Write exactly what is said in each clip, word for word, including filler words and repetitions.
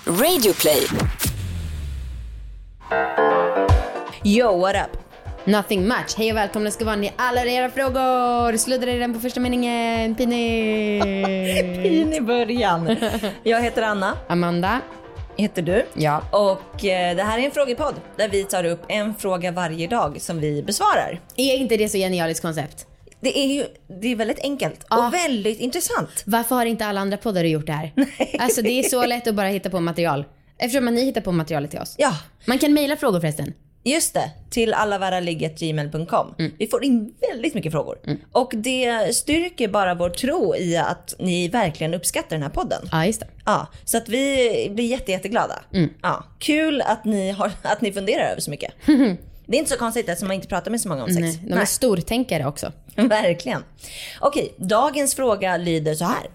Radioplay. Yo, what up? Nothing much. Hej och välkomna ska vara ni alla era frågor. Sluddrar i den på första meningen. Pini. Pin i början. Jag heter Anna. Amanda. Heter du? Ja. Och eh, det här är en frågepodd där vi tar upp en fråga varje dag som vi besvarar. Är inte det så genialiskt koncept? Det är ju det är väldigt enkelt Ja. och väldigt intressant. Varför har inte alla andra poddar gjort det här? Nej. Alltså det är så lätt att bara hitta på material. Eftersom att ni hittar på materialet till oss. Ja, Man kan mejla frågor förresten. just det. Till allavaraligg at gmail punkt com. Mm. Vi får in väldigt mycket frågor. Mm. Och det styrker bara vår tro i att ni verkligen uppskattar den här podden. Ja, just det. Ja, så att vi blir jätte, jätteglada. Mm. Ja, kul att ni, har, att ni funderar över så mycket. Det är inte så konstigt eftersom man inte pratar med så många om sex. Nej, de är stortänkare också. Verkligen. Okej, dagens fråga lyder så här.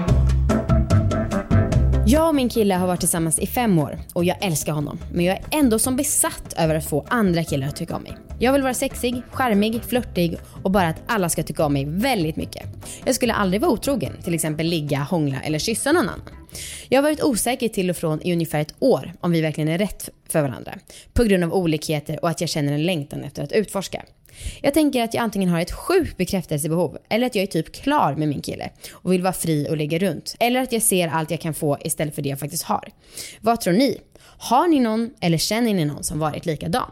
Jag och min kille har varit tillsammans i fem år och jag älskar honom. Men jag är ändå som besatt över att få andra killar att tycka om mig. Jag vill vara sexig, charmig, flörtig och bara att alla ska tycka om mig väldigt mycket. Jag skulle aldrig vara otrogen, till exempel ligga, hångla eller kyssa någon annan. Jag har varit osäker till och från i ungefär ett år om vi verkligen är rätt för varandra. På grund av olikheter och att jag känner en längtan efter att utforska. Jag tänker att jag antingen har ett sjukt bekräftelsebehov eller att jag är typ klar med min kille och vill vara fri och ligga runt. Eller att jag ser allt jag kan få istället för det jag faktiskt har. Vad tror ni? Har ni någon eller känner ni någon som varit likadan?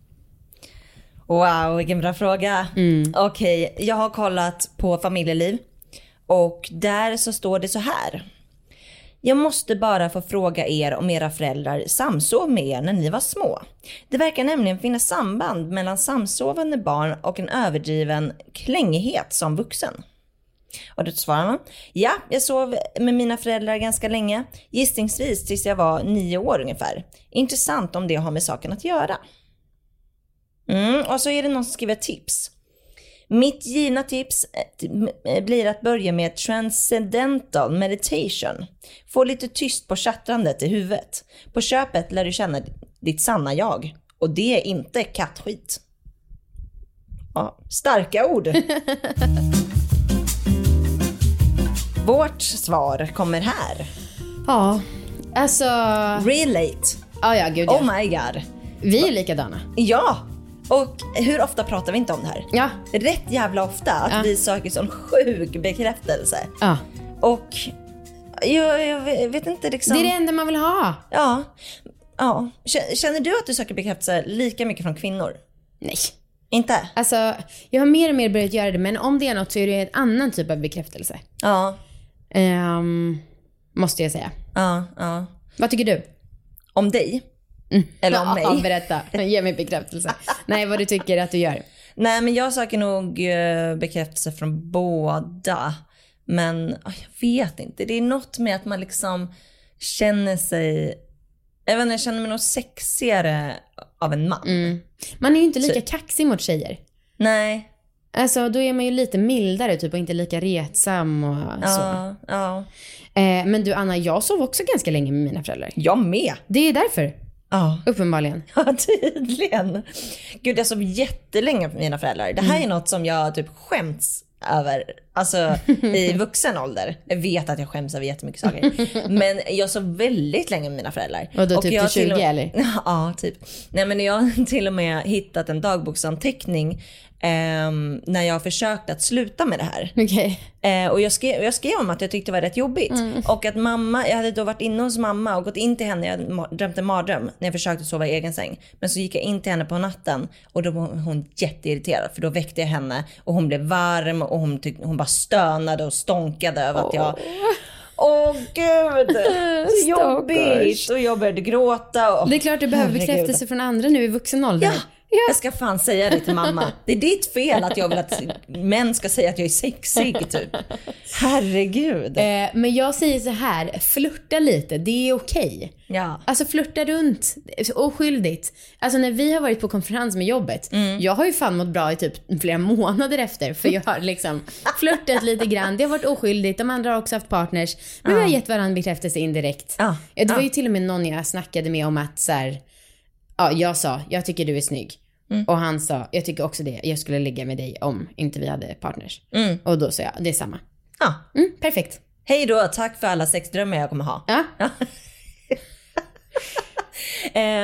Wow, vilken bra fråga. Mm. Okej, jag har kollat på familjeliv och där så står det så här. Jag måste bara få fråga er om era föräldrar samsov med er när ni var små. Det verkar nämligen finnas samband mellan samsovande barn och en överdriven klängighet som vuxen. Och då svarar man, ja, jag sov med mina föräldrar ganska länge. Gissningsvis tills jag var nio år ungefär. Intressant om det har med saken att göra. Mm, och så är det någon som skriver tips. Mitt givna tips blir att börja med transcendental meditation. Få lite tyst på chattrandet i huvudet. På köpet lär du känna ditt sanna jag. Och det är inte kattskit. Ja, starka ord. Vårt svar kommer här. Ja, alltså... Relate. Ja, ja, gud ja. Oh my god. Vi är likadana. Ja. Och hur ofta pratar vi inte om det här? Ja. Rätt jävla ofta att Ja. vi söker sån sjuk bekräftelse. Ja. Och jag, jag vet inte liksom... Det är det enda man vill ha. Ja. Ja. Känner du att du söker bekräftelse lika mycket från kvinnor? Nej. Inte? Alltså, jag har mer och mer börjat göra det. Men om det är något så är det en annan typ av bekräftelse. Ja. Um, måste jag säga. Ja, ja. Vad tycker du? Om dig? Eller om mig? Ja, berätta. Ge mig bekräftelse. Nej, vad du tycker att du gör. Nej, men jag söker nog uh, bekräftelse från båda. Men oh, jag vet inte. Det är något med att man liksom känner sig... Jag vet inte, jag känner mig nog sexigare av en man. Mm. Man är ju inte lika Så... kaxig mot tjejer. Nej. Alltså, då är man ju lite mildare typ och inte lika retsam och så. Ja, ja. Eh, men du Anna, jag sov också ganska länge med mina föräldrar. Jag med. Det är därför. Ja. Uppenbarligen. Ja, tydligen. Gud, jag sov jättelänge med mina föräldrar. Det här är något som jag typ skäms över. Alltså i vuxen ålder. Jag vet att jag skäms över jättemycket saker. Men jag sov väldigt länge med mina föräldrar. Och då typ jag till tjugo till och... eller? Ja, typ. Nej, men jag har till och med hittat en dagboksanteckning Um, när jag har försökt att sluta med det här. Okej. Uh, och jag skrev, jag skrev om att jag tyckte det var rätt jobbigt. Mm. Och att mamma, jag hade då varit inne hos mamma och gått in till henne. Jag hade drömt en mardröm när jag försökte sova i egen säng. Men så gick jag in till henne på natten och då var hon jätteirriterad. För då väckte jag henne och hon blev varm och hon, tyck, hon bara stönade och stånkade över oh. att jag... Åh oh, gud, jobbigt. Och jag började gråta. Och... Det är klart du behöver bekräftelse från andra nu i vuxen ålder. Ja. Ja. Jag ska fan säga det till mamma. Det är ditt fel att jag vill att män ska säga att jag är sexig typ. Herregud. Eh, men jag säger så här, flirta lite, det är okej. Ja. Alltså flirta runt, oskyldigt. Alltså när vi har varit på konferens med jobbet, mm. jag har ju fan mått bra i typ flera månader efter. För jag har liksom flirtat lite grann. Det har varit oskyldigt, de andra har också haft partners. Men ja. vi har gett varandra bekräftelse indirekt. Ja. Det var ja. ju till och med någon jag snackade med om att så här, ja, jag sa, jag tycker du är snygg. Mm. Och han sa, jag tycker också det. Jag skulle ligga med dig om inte vi hade partners. Mm. Och då sa jag, det är samma. Ja. Mm, perfekt. Hej då, tack för alla sexdrömmar jag kommer ha. Ja. Ja.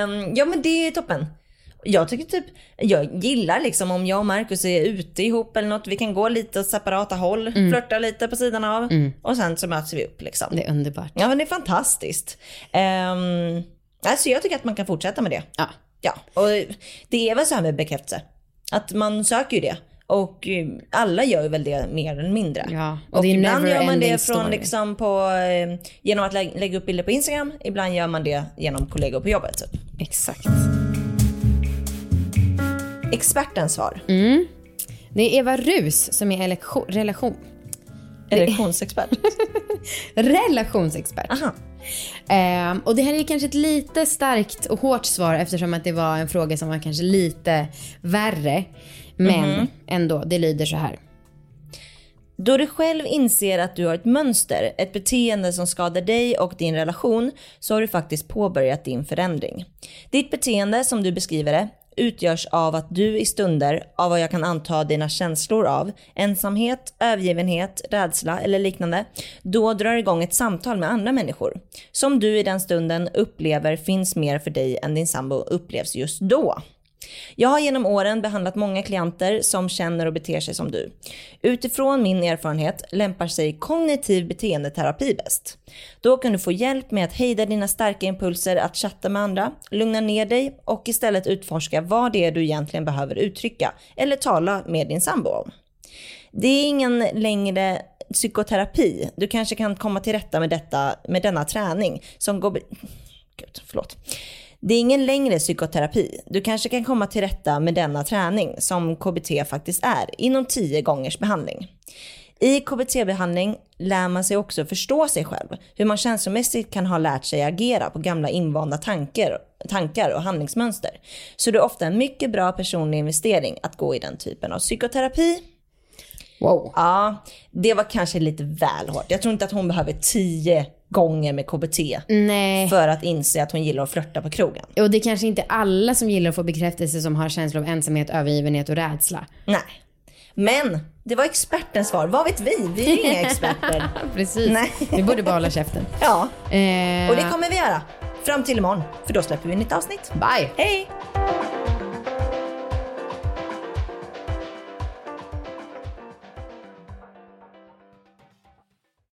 Um, ja men det är toppen. Jag tycker typ, jag gillar liksom om jag och Marcus är ute ihop eller något, vi kan gå lite åt separata håll, mm. flirta lite på sidan av mm. och sen så möts vi upp liksom. Det är underbart. Ja men det är fantastiskt. Um, alltså jag tycker att man kan fortsätta med det. Ja. Ja, och det är väl så här med bekräftelse. Att man söker ju det. Och alla gör ju väl det mer eller mindre. Ja, och och ibland gör man det från story. liksom på, genom att lä- lägga upp bilder på Instagram. Ibland gör man det genom kollegor på jobbet. Typ. Exakt. Expertens svar. Mm. Det är Eva Rus som är elektion, relation. Relationsexpert. Relationsexpert. Aha. Um, och det här är kanske ett lite starkt och hårt svar eftersom att det var en fråga som var kanske lite värre. Men mm-hmm. ändå, det lyder så här. Då du själv inser att du har ett mönster, ett beteende som skadar dig och din relation, så har du faktiskt påbörjat din förändring. Ditt beteende, som du beskriver det, utgörs av att du i stunder av vad jag kan anta dina känslor av, ensamhet, övergivenhet, rädsla eller liknande, då drar igång ett samtal med andra människor. Som du i den stunden upplever finns mer för dig än din sambo upplevs just då. Jag har genom åren behandlat många klienter som känner och beter sig som du. Utifrån min erfarenhet lämpar sig kognitiv beteendeterapi bäst. Då kan du få hjälp med att hejda dina starka impulser att chatta med andra, lugna ner dig och istället utforska vad det är du egentligen behöver uttrycka eller tala med din sambo om. Det är ingen längre psykoterapi. Du kanske kan komma till rätta med detta med denna träning som går... Gud, förlåt. Det är ingen längre psykoterapi. Du kanske kan komma till rätta med denna träning som K B T faktiskt är inom tio gångers behandling. I K B T-behandling lär man sig också förstå sig själv. Hur man känslomässigt kan ha lärt sig agera på gamla invanda tankar, tankar och handlingsmönster. Så det är ofta en mycket bra personlig investering att gå i den typen av psykoterapi. Wow. Ja, det var kanske lite väl hårt. Jag tror inte att hon behöver tio gånger med K B T. Nej. För att inse att hon gillar att flirta på krogen. Och det är kanske inte alla som gillar att få bekräftelse som har känslor av ensamhet, övergivenhet och rädsla. Nej. Men det var expertens svar. Vad vet vi? Vi är inga experter. Precis. Nej. Vi borde bara hålla käften. Ja. Eh... Och det kommer vi göra fram till imorgon. För då släpper vi ett nytt avsnitt. Bye. Hej.